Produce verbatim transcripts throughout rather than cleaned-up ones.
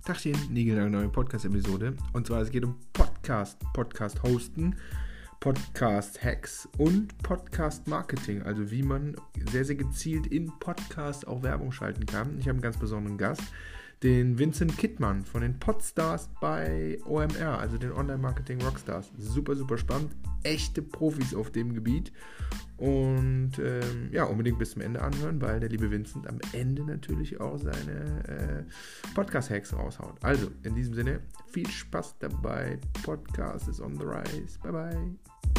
Tachchen, eine neue Podcast-Episode. Und zwar, es geht um Podcast, Podcast-Hosten, Podcast-Hacks und Podcast-Marketing. Also wie man sehr, sehr gezielt in Podcast auch Werbung schalten kann. Ich habe einen ganz besonderen Gast, den Vincent Kittmann von den Podstars bei O M R, also den Online-Marketing-Rockstars. Super, super spannend. Echte Profis auf dem Gebiet. Und ähm, ja, unbedingt bis zum Ende anhören, weil der liebe Vincent am Ende natürlich auch seine äh, Podcast-Hacks raushaut. Also, in diesem Sinne, viel Spaß dabei. Podcast is on the rise. Bye, bye.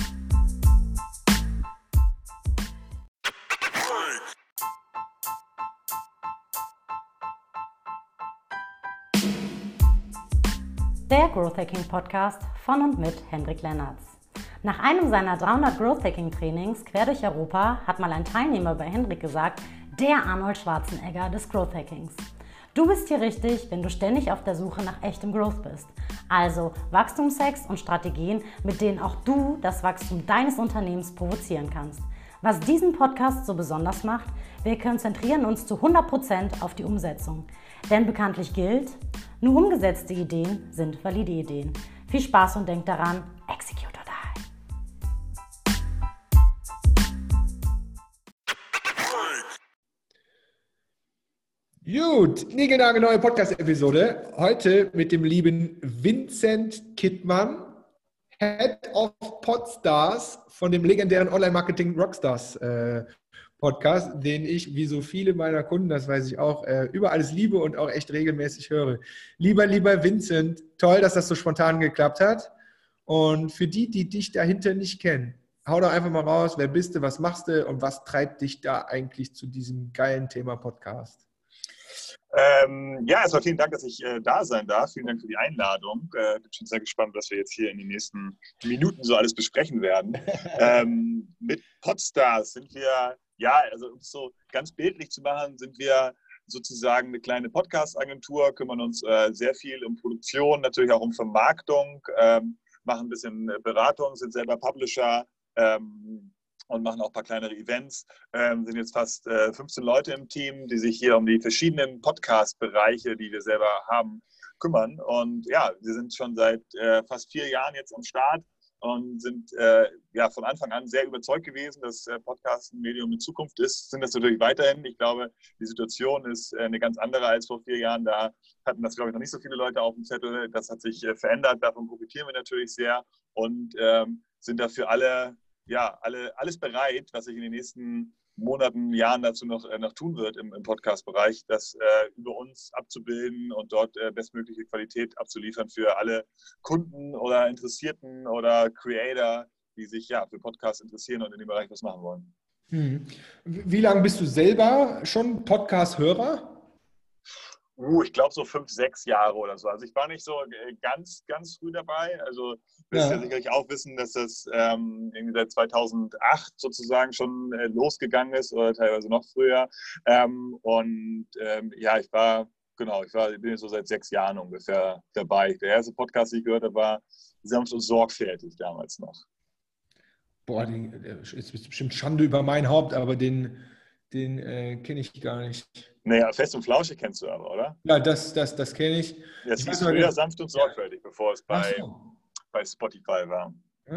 Der Growth Hacking Podcast von und mit Hendrik Lennertz. Nach einem seiner dreihundert Growth Hacking Trainings quer durch Europa hat mal ein Teilnehmer bei Hendrik gesagt, der Arnold Schwarzenegger des Growth Hackings. Du bist hier richtig, wenn du ständig auf der Suche nach echtem Growth bist. Also Wachstumshacks und Strategien, mit denen auch du das Wachstum deines Unternehmens provozieren kannst. Was diesen Podcast so besonders macht, wir konzentrieren uns zu hundert Prozent auf die Umsetzung. Denn bekanntlich gilt, nur umgesetzte Ideen sind valide Ideen. Viel Spaß und denk daran, execute or die. Gut, eine neue Podcast-Episode. Heute mit dem lieben Vincent Kittmann, Head of Podstars von dem legendären Online-Marketing Rockstars äh, Podcast, den ich, wie so viele meiner Kunden, das weiß ich auch, äh, über alles liebe und auch echt regelmäßig höre. Lieber, lieber Vincent, toll, dass das so spontan geklappt hat. Und für die, die dich dahinter nicht kennen, hau doch einfach mal raus, wer bist du, was machst du und was treibt dich da eigentlich zu diesem geilen Thema Podcast? Ähm, ja, erstmal vielen Dank, dass ich äh, da sein darf. Vielen Dank für die Einladung. Ich äh, bin schon sehr gespannt, was wir jetzt hier in den nächsten Minuten so alles besprechen werden. ähm, mit Podstars sind wir, ja, also um es so ganz bildlich zu machen, sind wir sozusagen eine kleine Podcast-Agentur, kümmern uns äh, sehr viel um Produktion, natürlich auch um Vermarktung, ähm, machen ein bisschen Beratung, sind selber Publisher, ähm, und machen auch ein paar kleinere Events. Ähm, sind jetzt fast äh, fünfzehn Leute im Team, die sich hier um die verschiedenen Podcast-Bereiche, die wir selber haben, kümmern. Und ja, wir sind schon seit äh, fast vier Jahren jetzt am Start und sind äh, ja von Anfang an sehr überzeugt gewesen, dass äh, Podcast ein Medium in Zukunft ist. Sind das natürlich weiterhin. Ich glaube, die Situation ist äh, eine ganz andere als vor vier Jahren. Da hatten das, glaube ich, noch nicht so viele Leute auf dem Zettel. Das hat sich äh, verändert. Davon profitieren wir natürlich sehr und ähm, sind dafür alle ja, alle, alles bereit, was sich in den nächsten Monaten, Jahren dazu noch, äh, noch tun wird im, im Podcast-Bereich, das äh, über uns abzubilden und dort äh, bestmögliche Qualität abzuliefern für alle Kunden oder Interessierten oder Creator, die sich ja für Podcasts interessieren und in dem Bereich was machen wollen. Hm. Wie lange bist du selber schon Podcast-Hörer? Uh, ich glaube so fünf, sechs Jahre oder so. Also ich war nicht so ganz, ganz früh dabei. Also du wirst ja. ja sicherlich auch wissen, dass das ähm, irgendwie seit zweitausendacht sozusagen schon äh, losgegangen ist oder teilweise noch früher. Ähm, und ähm, ja, ich war, genau, ich war, ich bin jetzt so seit sechs Jahren ungefähr dabei. Der erste Podcast, den ich gehört habe, war Sanft und Sorgfältig damals noch. Boah, der ist bestimmt Schande über mein Haupt, aber den, den äh, kenne ich gar nicht. Naja, Fest und Flauschig kennst du aber, oder? Ja, das, das, das kenne ich. Das ich hieß früher Sanft und Sorgfältig, ja. Bevor es bei, so. bei Spotify war.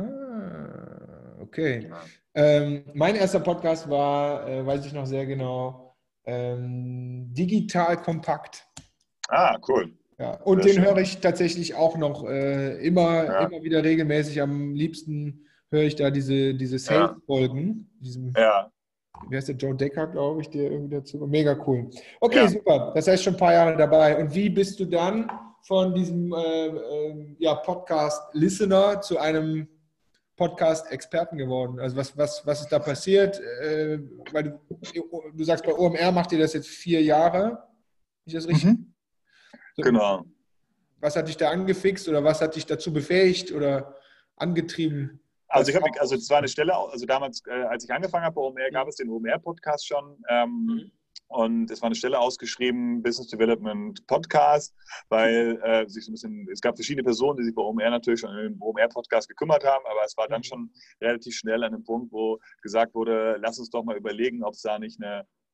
Ah, okay. Ja. Ähm, mein erster Podcast war, äh, weiß ich noch sehr genau, ähm, Digital Kompakt. Ah, cool. Ja, und sehr den schön. höre ich tatsächlich auch noch äh, immer, ja. immer wieder regelmäßig. Am liebsten höre ich da diese, diese Sales-Folgen. Diesem, Ja. Wie heißt der? Joe Decker, glaube ich, der irgendwie dazu. Mega cool. Okay, ja. super. Das heißt schon ein paar Jahre dabei. Und wie bist du dann von diesem äh, äh, ja, Podcast-Listener zu einem Podcast-Experten geworden? Also was, was, was ist da passiert? Äh, weil du, du sagst, bei O M R macht ihr das jetzt vier Jahre. Ist das richtig? Mhm. Genau. Was hat dich da angefixt oder was hat dich dazu befähigt oder angetrieben? Also ich habe, also es war eine Stelle, also damals, äh, als ich angefangen habe bei O M R, gab es den O M R-Podcast schon. Ähm, mhm. Und es war eine Stelle ausgeschrieben, Business Development Podcast, weil äh, sich so ein bisschen, es gab verschiedene Personen, die sich bei O M R natürlich schon im O M R-Podcast gekümmert haben, aber es war dann schon relativ schnell an einem Punkt, wo gesagt wurde, lass uns doch mal überlegen, ob es da nicht eine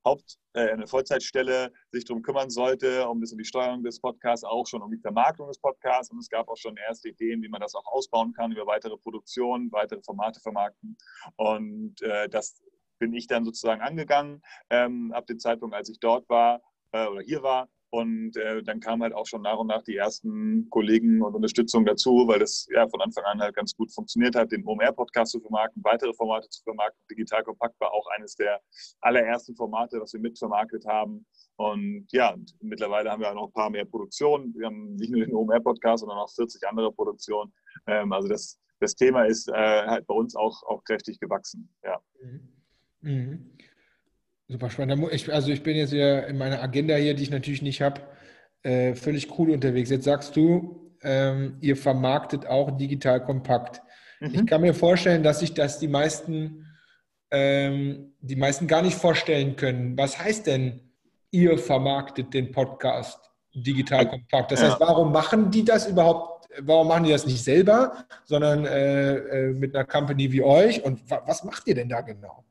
Haupt, äh, eine Vollzeitstelle sich darum kümmern sollte, um das um die Steuerung des Podcasts, auch schon um die Vermarktung des Podcasts. Und es gab auch schon erste Ideen, wie man das auch ausbauen kann, über weitere Produktionen, weitere Formate vermarkten. Und äh, das bin ich dann sozusagen angegangen, ähm, ab dem Zeitpunkt, als ich dort war äh, oder hier war. Und äh, dann kamen halt auch schon nach und nach die ersten Kollegen und Unterstützung dazu, weil das ja von Anfang an halt ganz gut funktioniert hat, den O M R-Podcast zu vermarkten, weitere Formate zu vermarkten. Digital Kompakt war auch eines der allerersten Formate, was wir mitvermarktet haben. Und ja, und mittlerweile haben wir auch noch ein paar mehr Produktionen. Wir haben nicht nur den O M R-Podcast, sondern auch vierzig andere Produktionen. Ähm, also das, das Thema ist äh, halt bei uns auch, auch kräftig gewachsen. Ja. Mhm. Mhm. Super spannend. Ich, also ich bin jetzt hier in meiner Agenda hier, die ich natürlich nicht habe, äh, völlig cool unterwegs. Jetzt sagst du, ähm, ihr vermarktet auch digital kompakt. Mhm. Ich kann mir vorstellen, dass sich das die meisten, ähm, die meisten gar nicht vorstellen können. Was heißt denn, ihr vermarktet den Podcast digital kompakt? Das ja. heißt, warum machen die das überhaupt? Warum machen die das nicht selber, sondern äh, äh, mit einer Company wie euch? Und wa- was macht ihr denn da genau?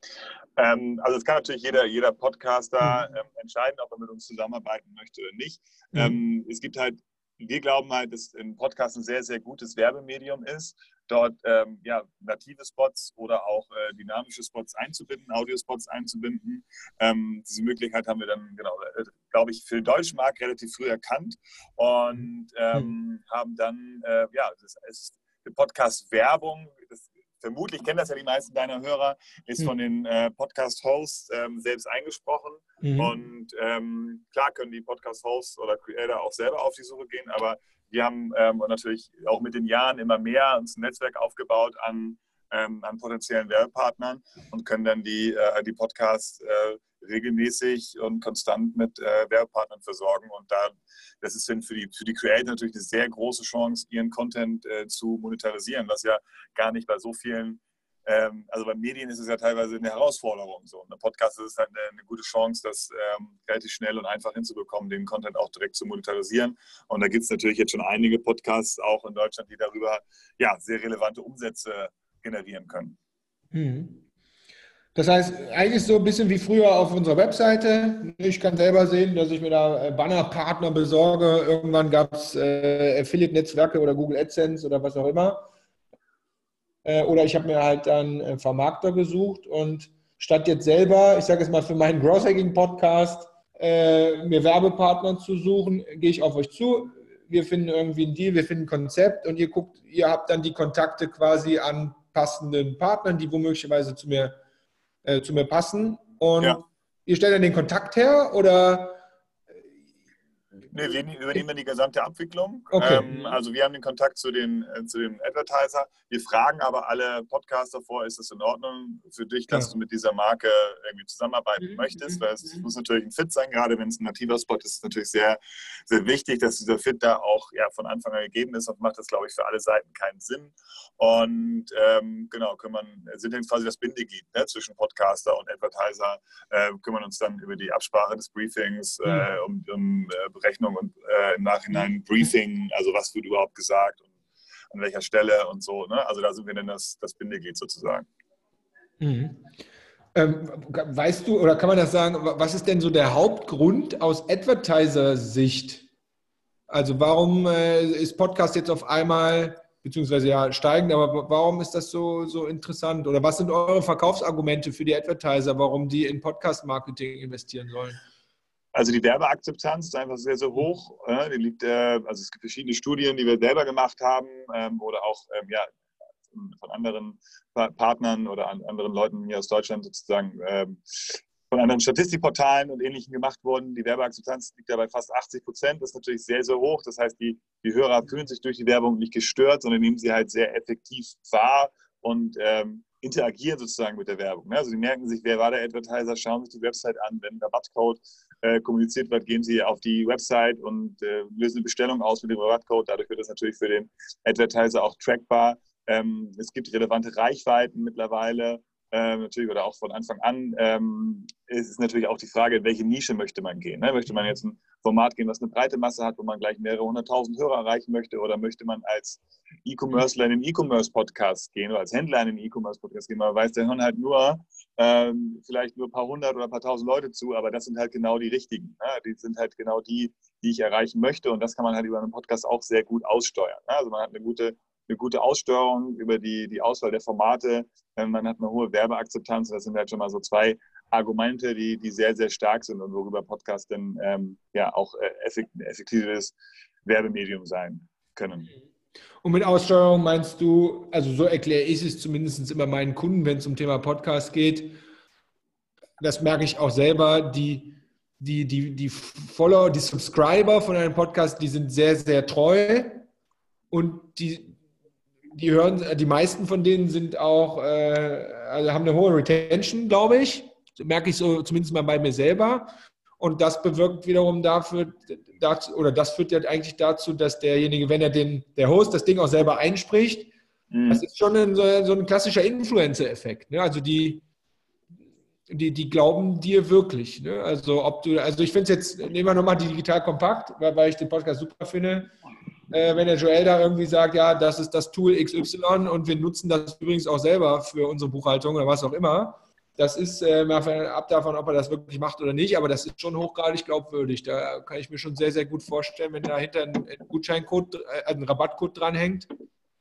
Ähm, also es kann natürlich jeder, jeder Podcaster ähm, entscheiden, ob er mit uns zusammenarbeiten möchte oder nicht. Mhm. Ähm, es gibt halt, wir glauben halt, dass ein Podcast ein sehr, sehr gutes Werbemedium ist, dort ähm, ja, native Spots oder auch äh, dynamische Spots einzubinden, Audiospots einzubinden. Ähm, diese Möglichkeit haben wir dann, genau, äh, glaube ich, für den deutschen Markt relativ früh erkannt und ähm, mhm. haben dann, äh, ja, das ist Podcast-Werbung, das vermutlich kennen das ja die meisten deiner Hörer, ist von den äh, Podcast-Hosts ähm, selbst eingesprochen. Mhm. Und ähm, klar können die Podcast-Hosts oder Creator auch selber auf die Suche gehen, aber wir haben ähm, natürlich auch mit den Jahren immer mehr uns ein Netzwerk aufgebaut an, ähm, an potenziellen Werbepartnern und können dann die, äh, die Podcasts äh, regelmäßig und konstant mit äh, Werbepartnern versorgen. Und da, das ist für die, für die Creator natürlich eine sehr große Chance, ihren Content äh, zu monetarisieren, was ja gar nicht bei so vielen, ähm, also bei Medien ist es ja teilweise eine Herausforderung. So. Und ein Podcast ist halt eine, eine gute Chance, das ähm, relativ schnell und einfach hinzubekommen, den Content auch direkt zu monetarisieren. Und da gibt es natürlich jetzt schon einige Podcasts auch in Deutschland, die darüber ja, sehr relevante Umsätze generieren können. Mhm. Das heißt, eigentlich so ein bisschen wie früher auf unserer Webseite. Ich kann selber sehen, dass ich mir da Bannerpartner besorge. Irgendwann gab es äh, Affiliate-Netzwerke oder Google AdSense oder was auch immer. Äh, oder ich habe mir halt dann äh, Vermarkter gesucht und statt jetzt selber, ich sage jetzt mal für meinen Growth Hacking Podcast, äh, mir Werbepartner zu suchen, gehe ich auf euch zu. Wir finden irgendwie einen Deal, wir finden ein Konzept und ihr guckt, ihr habt dann die Kontakte quasi an passenden Partnern, die womöglicherweise zu mir Äh, zu mir passen und ja. Ihr stellt dann den Kontakt her oder? Nee, wir übernehmen die gesamte Abwicklung. Okay. Ähm, also wir haben den Kontakt zu, den, äh, zu dem Advertiser. Wir fragen aber alle Podcaster vor, ist es in Ordnung für dich, dass ja. du mit dieser Marke irgendwie zusammenarbeiten mhm. möchtest? Weil es mhm. muss natürlich ein Fit sein, gerade wenn es ein nativer Spot ist, ist es natürlich sehr, sehr wichtig, dass dieser Fit da auch ja, von Anfang an gegeben ist und macht das, glaube ich, für alle Seiten keinen Sinn. Und ähm, genau, kümmern, sind dann quasi das Bindeglied ne, zwischen Podcaster und Advertiser, äh, kümmern uns dann über die Absprache des Briefings, mhm. äh, um, um äh, Berechnung und äh, im Nachhinein Briefing, also was wird überhaupt gesagt und an welcher Stelle und so. Ne? Also da sind wir dann das, das Bindeglied sozusagen. Mhm. Ähm, weißt du, oder kann man das sagen, was ist denn so der Hauptgrund aus Advertiser-Sicht? Also warum äh, ist Podcast jetzt auf einmal, beziehungsweise ja steigend, aber warum ist das so, so interessant? Oder was sind eure Verkaufsargumente für die Advertiser, warum die in Podcast-Marketing investieren sollen? Also die Werbeakzeptanz ist einfach sehr, sehr hoch. Äh, die liegt, äh, also es gibt verschiedene Studien, die wir selber gemacht haben ähm, oder auch ähm, ja, von anderen pa- Partnern oder an anderen Leuten hier aus Deutschland sozusagen ähm, von anderen Statistikportalen und Ähnlichem gemacht wurden. Die Werbeakzeptanz liegt ja bei fast achtzig Prozent. Das ist natürlich sehr, sehr hoch. Das heißt, die, die Hörer fühlen sich durch die Werbung nicht gestört, sondern nehmen sie halt sehr effektiv wahr und ähm, interagieren sozusagen mit der Werbung. Also die merken sich, wer war der Advertiser, schauen sich die Website an, wenn ein Rabattcode äh, kommuniziert wird, gehen sie auf die Website und äh, lösen eine Bestellung aus mit dem Rabattcode. Dadurch wird das natürlich für den Advertiser auch trackbar. Ähm, es gibt relevante Reichweiten mittlerweile ähm, natürlich oder auch von Anfang an, ähm, ist es natürlich auch die Frage, in welche Nische möchte man gehen. Ne? Möchte man jetzt ein Format gehen, was eine breite Masse hat, wo man gleich mehrere hunderttausend Hörer erreichen möchte, oder möchte man als E-Commercer in den E-Commerce-Podcast gehen oder als Händler in den E-Commerce-Podcast gehen? Man weiß, da hören halt nur ähm, vielleicht nur ein paar hundert oder ein paar tausend Leute zu, aber das sind halt genau die richtigen. Ne? Die sind halt genau die, die ich erreichen möchte, und das kann man halt über einen Podcast auch sehr gut aussteuern. Ne? Also man hat eine gute eine gute Aussteuerung über die, die Auswahl der Formate. Man hat eine hohe Werbeakzeptanz. Das sind halt schon mal so zwei Argumente, die, die sehr, sehr stark sind und worüber Podcasts dann ähm, ja auch ein effektives Werbemedium sein können. Und mit Aussteuerung meinst du, also so erkläre ich es zumindest immer meinen Kunden, wenn es um Thema Podcast geht. Das merke ich auch selber, die, die, die, die Follower, die Subscriber von einem Podcast, die sind sehr, sehr treu, und die Die hören, die meisten von denen sind auch, äh, also haben eine hohe Retention, glaube ich. Das merke ich so zumindest mal bei mir selber. Und das bewirkt wiederum dafür, dazu, oder das führt ja eigentlich dazu, dass derjenige, wenn er den, der Host das Ding auch selber einspricht, mhm. das ist schon ein, so, so ein klassischer Influencer-Effekt. Ne? Also die, die, die glauben dir wirklich. Ne? Also ob du, also ich finde es jetzt, nehmen wir nochmal die Digital Kompakt, weil, weil ich den Podcast super finde. Äh, wenn der Joel da irgendwie sagt, ja, das ist das Tool X Y und wir nutzen das übrigens auch selber für unsere Buchhaltung oder was auch immer. Das ist äh, ab davon, ob er das wirklich macht oder nicht, aber das ist schon hochgradig glaubwürdig. Da kann ich mir schon sehr, sehr gut vorstellen, wenn dahinter ein, ein Gutscheincode, äh, ein Rabattcode dranhängt.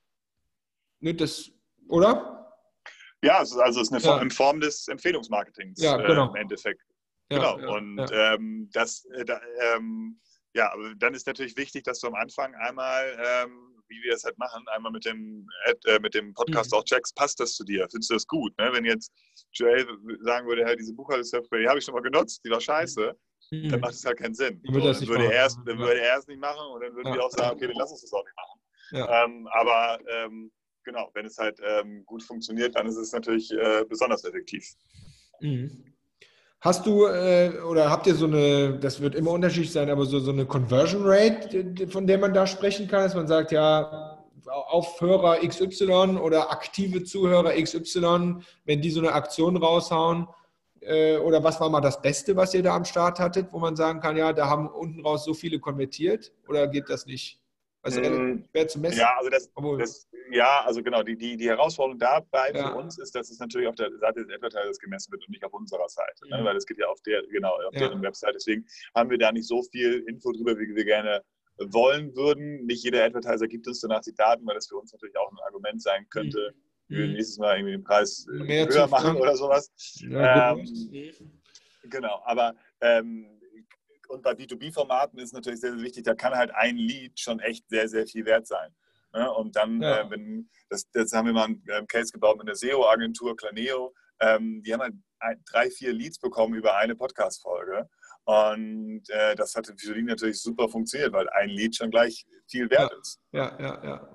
Ne, das, oder? Ja, es ist, also es ist eine ja. Form, Form des Empfehlungsmarketings ja, genau. äh, im Endeffekt. Ja, genau. Ja, und ja. Ähm, das, äh, da, ähm, ja, aber dann ist natürlich wichtig, dass du am Anfang einmal, ähm, wie wir es halt machen, einmal mit dem, äh, mit dem Podcast mhm. auch checkst, passt das zu dir? Findest du das gut? Ne? Wenn jetzt Joel sagen würde, hey, diese Buchhaltungssoftware, die habe ich schon mal genutzt, die war scheiße, mhm. dann macht es halt keinen Sinn. So, dann würde er es dann würde er es nicht machen, und dann würden ja. wir auch sagen, okay, dann lass uns das auch nicht machen. Ja. Ähm, aber ähm, genau, wenn es halt ähm, gut funktioniert, dann ist es natürlich äh, besonders effektiv. Mhm. Hast du äh, oder habt ihr so eine, das wird immer unterschiedlich sein, aber so, so eine Conversion Rate, von der man da sprechen kann, dass man sagt, ja, auf Hörer X Y oder aktive Zuhörer X Y, wenn die so eine Aktion raushauen, äh, oder was war mal das Beste, was ihr da am Start hattet, wo man sagen kann, ja, da haben unten raus so viele konvertiert, oder geht das nicht? Also mm, schwer zu messen. Ja, also das, das, ja, also genau, die, die, die Herausforderung dabei ja. für uns ist, dass es natürlich auf der Seite des Advertisers gemessen wird und nicht auf unserer Seite. Mhm. Ne? Weil es geht ja auf der, genau, auf ja. deren Website. Deswegen haben wir da nicht so viel Info drüber, wie wir gerne wollen würden. Nicht jeder Advertiser gibt uns danach die Daten, weil das für uns natürlich auch ein Argument sein könnte, mhm. wie wir nächstes Mal irgendwie den Preis Mehr höher machen oder sowas. Ja, ähm, genau, aber ähm, und bei B zwei B-Formaten ist natürlich sehr, sehr wichtig, da kann halt ein Lead schon echt sehr, sehr viel wert sein. Ne? Und dann, ja. äh, wenn, das, das haben wir mal einen ähm, Case gebaut mit einer S E O-Agentur, Planeo, ähm, die haben halt ein, drei, vier Leads bekommen über eine Podcast-Folge. Und äh, das hat für die natürlich super funktioniert, weil ein Lead schon gleich viel wert ja. ist. Ja, ja, ja.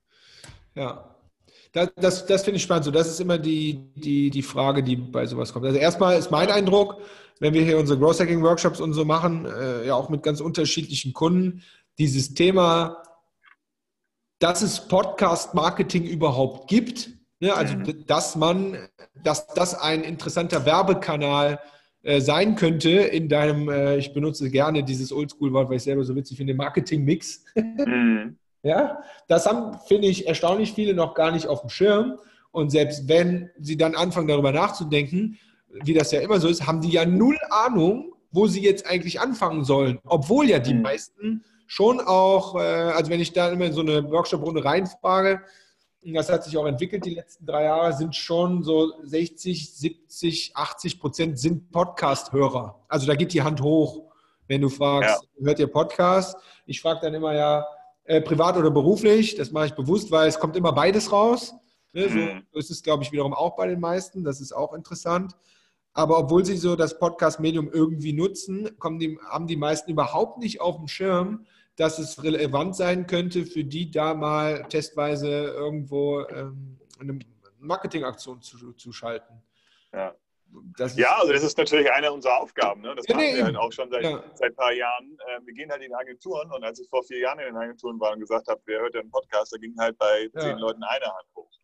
Ja. Das, das, das finde ich spannend. So, das ist immer die, die, die Frage, die bei sowas kommt. Also erstmal ist mein Eindruck, wenn wir hier unsere Growth Hacking Workshops und so machen, äh, ja auch mit ganz unterschiedlichen Kunden, dieses Thema, dass es Podcast-Marketing überhaupt gibt, ne? Also mhm. dass man, dass das ein interessanter Werbekanal äh, sein könnte in deinem, äh, ich benutze gerne dieses Oldschool-Wort, weil ich selber so witzig finde, Marketing-Mix. Mhm. Ja, das haben, finde ich, erstaunlich viele noch gar nicht auf dem Schirm. Und selbst wenn sie dann anfangen, darüber nachzudenken, wie das ja immer so ist, haben die ja null Ahnung, wo sie jetzt eigentlich anfangen sollen. Obwohl ja die mhm. meisten schon auch, äh, also wenn ich da immer in so eine Workshop-Runde reinfrage, das hat sich auch entwickelt die letzten drei Jahre, sind schon so sechzig, siebzig, achtzig Prozent sind Podcast-Hörer. Also da geht die Hand hoch, wenn du fragst, ja. hört ihr Podcast? Ich frage dann immer, ja, Äh, privat oder beruflich, das mache ich bewusst, weil es kommt immer beides raus. Ne? So mhm. ist es, glaube ich, wiederum auch bei den meisten. Das ist auch interessant. Aber obwohl sie so das Podcast-Medium irgendwie nutzen, kommen die, haben die meisten überhaupt nicht auf dem Schirm, dass es relevant sein könnte, für die da mal testweise irgendwo ähm, eine Marketingaktion zu, zu schalten. Ja. Das ja, also das ist natürlich eine unserer Aufgaben. Ne? Das ja, machen nee, wir halt auch schon seit, ja. seit ein paar Jahren. Äh, wir gehen halt in Agenturen, und als ich vor vier Jahren in den Agenturen war und gesagt habe, wer hört denn einen Podcast, da ging halt bei ja. zehn Leuten eine Hand hoch.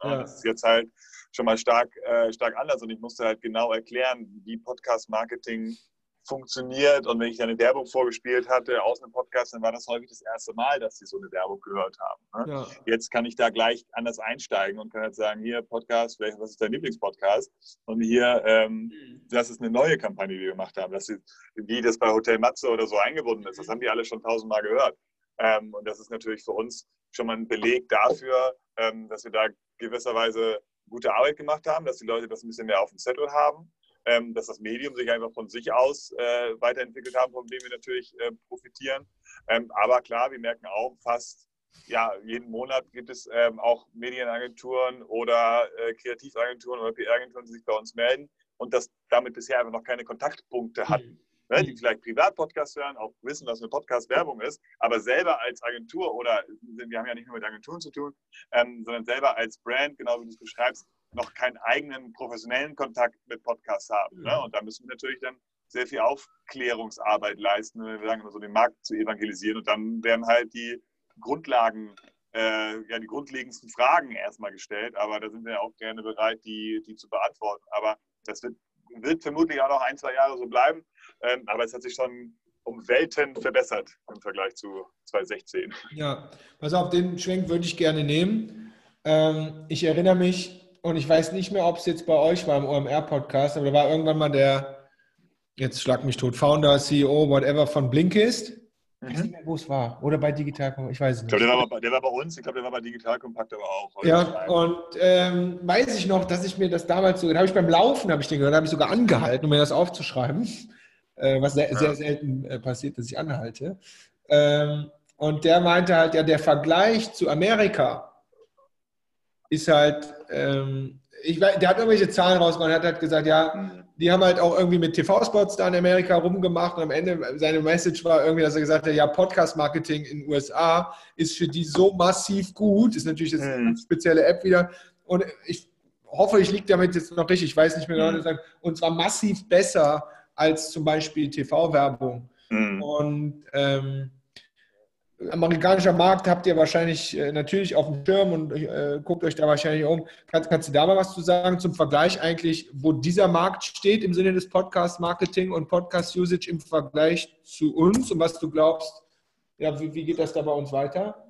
Ne? Ja. Das ist jetzt halt schon mal stark, äh, stark anders und ich musste halt genau erklären, wie Podcast-Marketing funktioniert und wenn ich eine Werbung vorgespielt hatte aus einem Podcast, dann war das häufig das erste Mal, dass sie so eine Werbung gehört haben. Ne? Ja. Jetzt kann ich da gleich anders einsteigen und kann halt sagen, hier Podcast, was ist dein Lieblingspodcast? Und hier, ähm, das ist eine neue Kampagne, die wir gemacht haben, das ist, wie das bei Hotel Matze oder so eingebunden ist, das haben die alle schon tausendmal gehört. Ähm, und das ist natürlich für uns schon mal ein Beleg dafür, ähm, dass wir da gewisserweise gute Arbeit gemacht haben, dass die Leute das ein bisschen mehr auf dem Zettel haben. Ähm, dass das Medium sich einfach von sich aus äh, weiterentwickelt haben, von dem wir natürlich äh, profitieren. Ähm, aber klar, wir merken auch fast, ja, jeden Monat gibt es ähm, auch Medienagenturen oder äh, Kreativagenturen oder P R-Agenturen, die sich bei uns melden und das damit bisher einfach noch keine Kontaktpunkte hatten. Mhm. Ne, die vielleicht Privatpodcasts hören, auch wissen, was eine Podcast-Werbung ist, aber selber als Agentur oder, wir haben ja nicht nur mit Agenturen zu tun, ähm, sondern selber als Brand, genau wie du es beschreibst, noch keinen eigenen professionellen Kontakt mit Podcasts haben. Ne? Und da müssen wir natürlich dann sehr viel Aufklärungsarbeit leisten, wenn wir sagen, so den Markt zu evangelisieren. Und dann werden halt die Grundlagen, äh, ja, die grundlegendsten Fragen erstmal gestellt. Aber da sind wir auch gerne bereit, die, die zu beantworten. Aber das wird, wird vermutlich auch noch ein, zwei Jahre so bleiben. Ähm, aber es hat sich schon um Welten verbessert im Vergleich zu zwanzig sechzehn. Ja, pass auf, den Schwenk würde ich gerne nehmen. Ähm, ich erinnere mich, und ich weiß nicht mehr, ob es jetzt bei euch war im O M R-Podcast, aber da war irgendwann mal der, jetzt schlag mich tot, Founder, C E O, whatever von Blinkist. Ich weiß nicht mehr, wo es war. Oder bei Digital, ich weiß es nicht. Ich glaube, der war, bei, der war bei uns, ich glaube, der war bei Digital Compact aber auch. Ja, und ähm, weiß ich noch, dass ich mir das damals so, da habe ich beim Laufen, habe ich den gehört, da habe ich sogar angehalten, um mir das aufzuschreiben, äh, was sehr, ja. sehr selten äh, passiert, dass ich anhalte. Ähm, und der meinte halt, ja, der Vergleich zu Amerika ist halt, ähm, ich weiß, der hat irgendwelche Zahlen rausgehauen, hat halt gesagt, ja, die haben halt auch irgendwie mit T V-Spots da in Amerika rumgemacht und am Ende seine Message war irgendwie, dass er gesagt hat, ja, Podcast-Marketing in den U S A ist für die so massiv gut, ist natürlich jetzt eine spezielle App wieder und ich hoffe, ich liege damit jetzt noch richtig, ich weiß nicht mehr genau, und zwar massiv besser als zum Beispiel T V-Werbung. Mhm. Und ähm, amerikanischer Markt habt ihr wahrscheinlich äh, natürlich auf dem Schirm und äh, guckt euch da wahrscheinlich um. Kannst, kannst du da mal was zu sagen zum Vergleich eigentlich, wo dieser Markt steht im Sinne des Podcast-Marketing und Podcast-Usage im Vergleich zu uns und was du glaubst, ja, wie, wie geht das da bei uns weiter?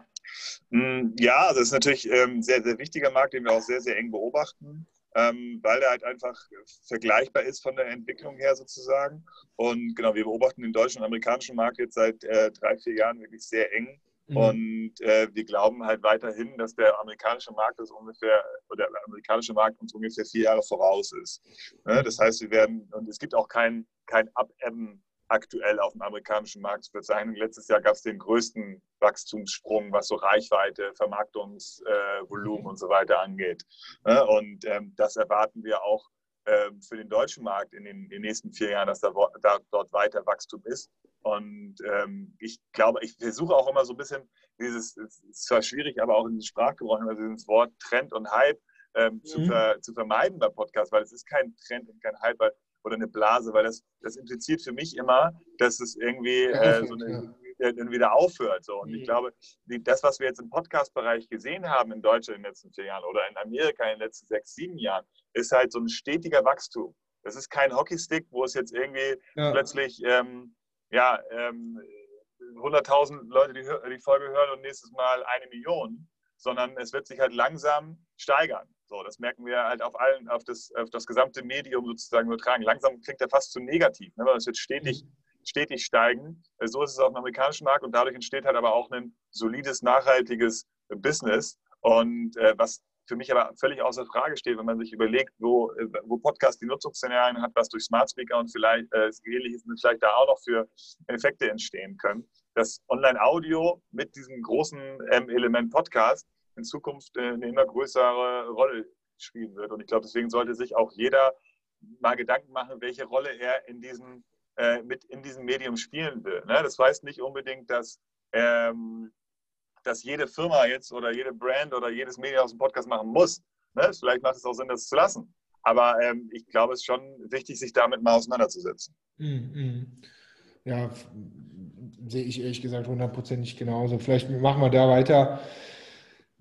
Ja, das ist natürlich ein ähm, sehr, sehr wichtiger Markt, den wir auch sehr, sehr eng beobachten. Ähm, weil der halt einfach vergleichbar ist von der Entwicklung her sozusagen. Und genau, wir beobachten den deutschen und amerikanischen Markt jetzt seit äh, drei, vier Jahren wirklich sehr eng. Mhm. Und äh, wir glauben halt weiterhin, dass der amerikanische Markt ist ungefähr, oder der amerikanische Markt uns ungefähr vier Jahre voraus ist. Ne? Das heißt, wir werden, und es gibt auch kein, kein Abebben aktuell auf dem amerikanischen Markt zu verzeichnen. Letztes Jahr gab es den größten Wachstumssprung, was so Reichweite, Vermarktungsvolumen äh, und so weiter angeht. Ja, und ähm, das erwarten wir auch ähm, für den deutschen Markt in den, in den nächsten vier Jahren, dass da, da dort weiter Wachstum ist. Und ähm, ich glaube, ich versuche auch immer so ein bisschen dieses, es ist zwar schwierig, aber auch in den Sprachgebrauch, also dieses Wort Trend und Hype ähm, mhm. zu, ver, zu vermeiden bei Podcasts, weil es ist kein Trend und kein Hype, weil oder eine Blase, weil das, das impliziert für mich immer, dass es irgendwie äh, so eine, ja. wieder aufhört. So. Und mhm. ich glaube, die, das, was wir jetzt im Podcast-Bereich gesehen haben in Deutschland in den letzten vier Jahren oder in Amerika in den letzten sechs, sieben Jahren, ist halt so ein stetiger Wachstum. Das ist kein Hockeystick, wo es jetzt irgendwie ja. plötzlich ähm, ja, ähm, hunderttausend Leute die, die Folge hören und nächstes Mal eine Million, sondern es wird sich halt langsam steigern. So, das merken wir halt auf allen, auf das, auf das gesamte Medium sozusagen übertragen. Langsam klingt er fast zu negativ, ne, weil es wird stetig, stetig steigen. So ist es auf dem amerikanischen Markt und dadurch entsteht halt aber auch ein solides, nachhaltiges Business. Und äh, was für mich aber völlig außer Frage steht, wenn man sich überlegt, wo, wo Podcast die Nutzungsszenarien hat, was durch Smart Speaker und vielleicht äh, ähnliches vielleicht da auch noch für Effekte entstehen können, dass Online-Audio mit diesem großen ähm, Element Podcast in Zukunft äh, eine immer größere Rolle spielen wird. Und ich glaube, deswegen sollte sich auch jeder mal Gedanken machen, welche Rolle er in diesem, äh, mit in diesem Medium spielen will. Ne? Das heißt nicht unbedingt, dass, ähm, dass jede Firma jetzt oder jede Brand oder jedes Medium aus dem Podcast machen muss. Ne? Vielleicht macht es auch Sinn, das zu lassen. Aber ähm, ich glaube, es ist schon wichtig, sich damit mal auseinanderzusetzen. Mm-hmm. Ja, sehe ich ehrlich gesagt hundertprozentig genauso. Vielleicht machen wir da weiter.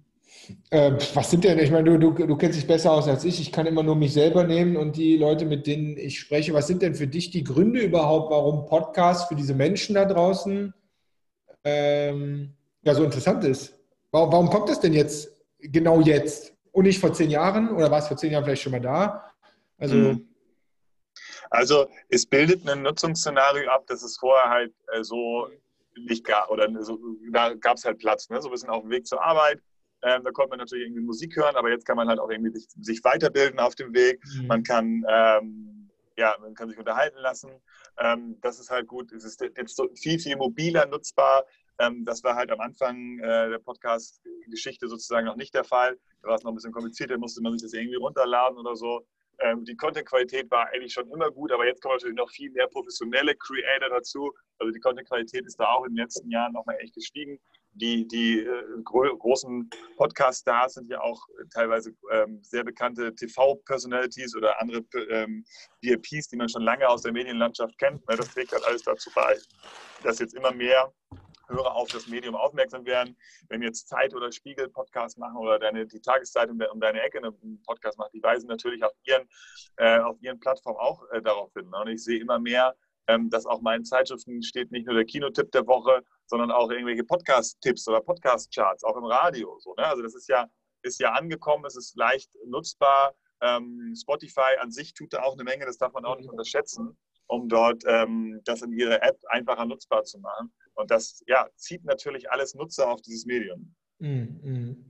Äh, was sind denn, ich meine, du, du, du kennst dich besser aus als ich. Ich kann immer nur mich selber nehmen und die Leute, mit denen ich spreche. Was sind denn für dich die Gründe überhaupt, warum Podcast für diese Menschen da draußen ähm, ja so interessant ist? Warum, warum kommt das denn jetzt, genau jetzt? Und nicht vor zehn Jahren? Oder war es vor zehn Jahren vielleicht schon mal da? Also, Mhm. Also es bildet ein Nutzungsszenario ab, das es vorher halt äh, so nicht gab. Oder so, da gab es halt Platz, ne? So ein bisschen auf dem Weg zur Arbeit. Ähm, da konnte man natürlich irgendwie Musik hören, aber jetzt kann man halt auch irgendwie sich, sich weiterbilden auf dem Weg. Man mhm. kann, ähm, ja, man kann sich unterhalten lassen. Ähm, das ist halt gut. Es ist jetzt so viel, viel mobiler nutzbar. Ähm, das war halt am Anfang äh, der Podcast-Geschichte sozusagen noch nicht der Fall. Da war es noch ein bisschen komplizierter, musste man sich das irgendwie runterladen oder so. Ähm, die Content-Qualität war eigentlich schon immer gut, aber jetzt kommen natürlich noch viel mehr professionelle Creator dazu. Also die Content-Qualität ist da auch in den letzten Jahren nochmal echt gestiegen. Die, die äh, gro großen Podcast-Stars sind ja auch teilweise ähm, sehr bekannte T V-Personalities oder andere ähm, V I Ps, die man schon lange aus der Medienlandschaft kennt. Das trägt halt alles dazu bei, dass jetzt immer mehr Hörer auf das Medium aufmerksam werden. Wenn jetzt Zeit oder Spiegel Podcast machen oder deine, die Tageszeitung um deine Ecke einen Podcast macht, die weisen natürlich auf ihren, äh, auf ihren Plattformen auch äh, darauf hin. Ne? Und ich sehe immer mehr, ähm, dass auch mal in Zeitschriften steht nicht nur der Kinotipp der Woche, sondern auch irgendwelche Podcast-Tipps oder Podcast-Charts, auch im Radio. So, ne? Also das ist ja, ist ja angekommen, es ist leicht nutzbar. Ähm, Spotify an sich tut da auch eine Menge, das darf man auch nicht unterschätzen, um dort ähm, das in ihre App einfacher nutzbar zu machen. Und das ja, zieht natürlich alles Nutzer auf dieses Medium. Mhm.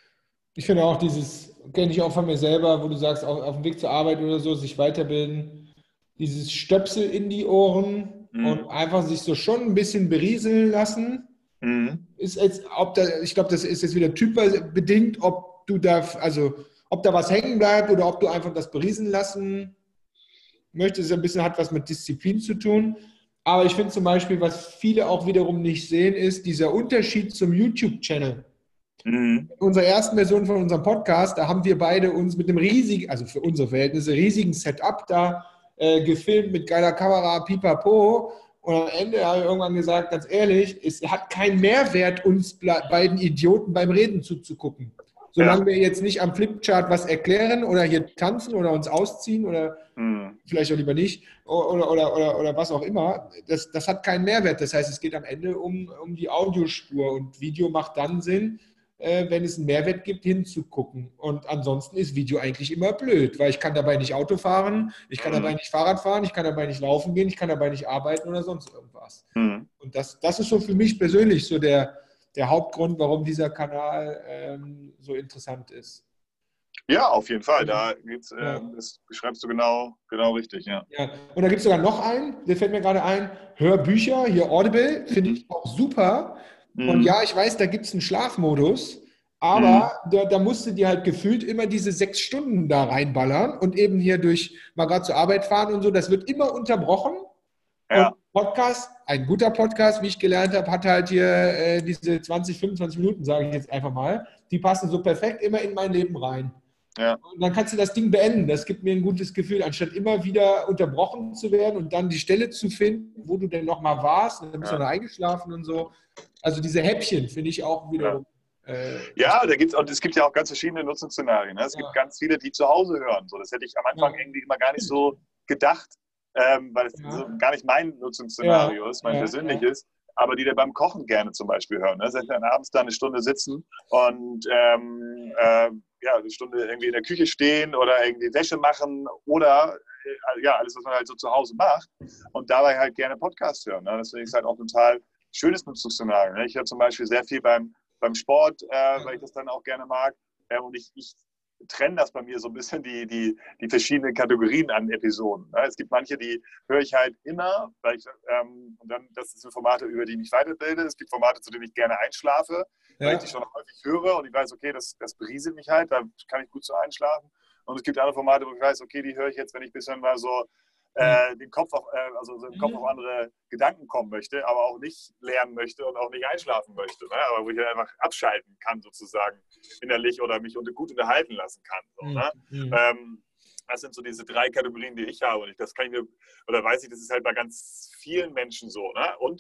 Ich finde auch dieses, kenne ich auch von mir selber, wo du sagst, auf, auf dem Weg zur Arbeit oder so, sich weiterbilden, dieses Stöpsel in die Ohren und Mhm. einfach sich so schon ein bisschen berieseln lassen. Mhm. Ist jetzt, ob da, ich glaube, das ist jetzt wieder typbedingt, ob du da, also ob da was hängen bleibt oder ob du einfach das berieseln lassen möchtest. Ein bisschen hat was mit Disziplin zu tun. Aber ich finde zum Beispiel, was viele auch wiederum nicht sehen, ist dieser Unterschied zum YouTube-Channel. Mhm. In unserer ersten Version von unserem Podcast, da haben wir beide uns mit einem riesigen, also für unsere Verhältnisse, riesigen Setup da äh, gefilmt mit geiler Kamera, pipapo. Und am Ende habe ich irgendwann gesagt, ganz ehrlich, es hat keinen Mehrwert, uns beiden Idioten beim Reden zuzugucken. Ja. Solange wir jetzt nicht am Flipchart was erklären oder hier tanzen oder uns ausziehen oder Mhm. vielleicht auch lieber nicht oder, oder, oder, oder was auch immer, das, das hat keinen Mehrwert. Das heißt, es geht am Ende um, um die Audiospur und Video macht dann Sinn, äh, wenn es einen Mehrwert gibt, hinzugucken. Und ansonsten ist Video eigentlich immer blöd, weil ich kann dabei nicht Auto fahren, ich kann dabei Mhm. nicht Fahrrad fahren, ich kann dabei nicht laufen gehen, ich kann dabei nicht arbeiten oder sonst irgendwas. Mhm. Und das, das ist so für mich persönlich so der, der Hauptgrund, warum dieser Kanal ähm, so interessant ist. Ja, auf jeden Fall. Da geht's, äh, Ja. das beschreibst du genau, genau richtig, ja. Ja, und da gibt es sogar noch einen, der fällt mir gerade ein, Hörbücher, hier Audible, finde ich auch super. Und Mhm. ja, ich weiß, da gibt es einen Schlafmodus, Mhm. aber da, da musst du dir halt gefühlt immer diese sechs Stunden da reinballern und eben hier durch mal gerade zur Arbeit fahren und so, das wird immer unterbrochen. Und Ja, Podcast, ein guter Podcast, wie ich gelernt habe, hat halt hier äh, diese zwanzig, fünfundzwanzig Minuten, sage ich jetzt einfach mal, die passen so perfekt immer in mein Leben rein. ja, Und dann kannst du das Ding beenden. Das gibt mir ein gutes Gefühl, anstatt immer wieder unterbrochen zu werden und dann die Stelle zu finden, wo du denn nochmal warst. Und dann bist du ja, noch eingeschlafen und so. Also diese Häppchen finde ich auch ja. wiederum. Äh, Ja, da gibt's, und es gibt ja auch ganz verschiedene Nutzungsszenarien. Ne? Es gibt ja, ganz viele, die zu Hause hören. So, das hätte ich am Anfang ja, irgendwie immer gar nicht so gedacht, ähm, weil es so ja, gar nicht mein ja, Nutzungsszenario ist, mein ja, ja. persönliches. Aber die da beim Kochen gerne zum Beispiel hören. Ne? Dass dann abends da eine Stunde sitzen und ähm, äh, ja, eine Stunde irgendwie in der Küche stehen oder irgendwie Wäsche machen oder äh, ja, alles, was man halt so zu Hause macht und dabei halt gerne Podcast hören. Ne? Das finde ich halt auch total schönes Nutzungsszenario. Ne? Ich höre zum Beispiel sehr viel beim, beim Sport, äh, weil ich das dann auch gerne mag. Äh, und ich, ich trenne das bei mir so ein bisschen, die, die, die verschiedenen Kategorien an Episoden. Ne? Es gibt manche, die höre ich halt immer, weil ich, ähm, und dann, das sind Formate, über die ich mich weiterbilde. Es gibt Formate, zu denen ich gerne einschlafe, weil ich die Ja. schon häufig höre und ich weiß, okay, das, das berieselt mich halt, da kann ich gut so einschlafen. Und es gibt andere Formate, wo ich weiß, okay, die höre ich jetzt, wenn ich ein bisschen mal so äh, den Kopf auf, äh, also so im Kopf auf andere Gedanken kommen möchte, aber auch nicht lernen möchte und auch nicht einschlafen möchte. Ne? Aber wo ich einfach abschalten kann, sozusagen innerlich oder mich unter, gut unterhalten lassen kann. So, Mhm. ne? Mhm. ähm, das sind so diese drei Kategorien, die ich habe. Und ich, das kann ich mir, oder weiß ich, das ist halt bei ganz vielen Menschen so. Ne? Und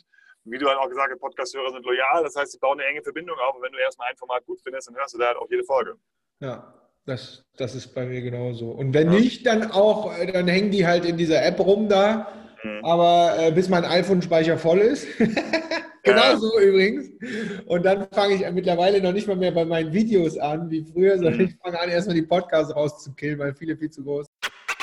wie du halt auch gesagt hast, Podcast-Hörer sind loyal. Das heißt, sie bauen eine enge Verbindung auf. Und wenn du erstmal ein Format gut findest, dann hörst du da halt auch jede Folge. Ja, das, das ist bei mir genauso. Und wenn Ja. nicht, dann auch, dann hängen die halt in dieser App rum da. Mhm. Aber äh, bis mein iPhone-Speicher voll ist. Genauso ja. übrigens. Und dann fange ich mittlerweile noch nicht mal mehr bei meinen Videos an, wie früher, sondern mhm. ich fange an, erstmal die Podcasts rauszukillen, weil viele viel zu groß sind.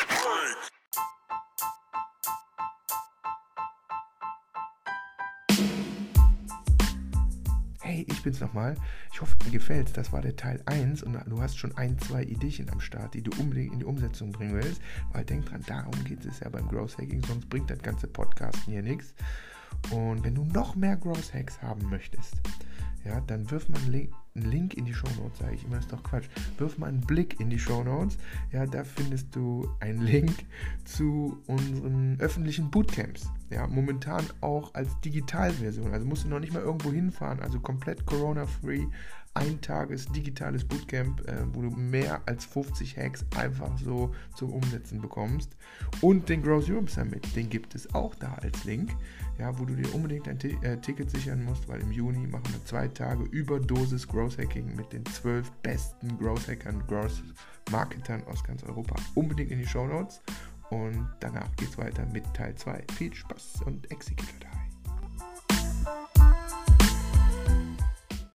Hey, ich bin's nochmal. Ich hoffe, dir gefällt's. Das war der Teil eins und du hast schon ein, zwei Ideen am Start, die du unbedingt in die Umsetzung bringen willst. Weil denk dran, darum geht es ja beim Growth Hacking, sonst bringt das ganze Podcasten hier nichts. Und wenn du noch mehr Growth Hacks haben möchtest, ja, dann wirf mal einen Link in die Shownotes, sage ich immer, ist doch Quatsch. Wirf mal einen Blick in die Shownotes. Ja, da findest du einen Link zu unseren öffentlichen Bootcamps. Ja, momentan auch als Digitalversion. Also musst du noch nicht mal irgendwo hinfahren, also komplett Corona-free. Ein Tages digitales Bootcamp, äh, wo du mehr als fünfzig Hacks einfach so zum Umsetzen bekommst. Und den Growth Europe Summit, den gibt es auch da als Link, ja, wo du dir unbedingt ein T- äh, Ticket sichern musst, weil im Juni machen wir zwei Tage Überdosis Growth Hacking mit den zwölf besten Growth Hackern, Growth Marketern aus ganz Europa. Unbedingt in die Shownotes und danach geht's weiter mit Teil zwei. Viel Spaß und Execute.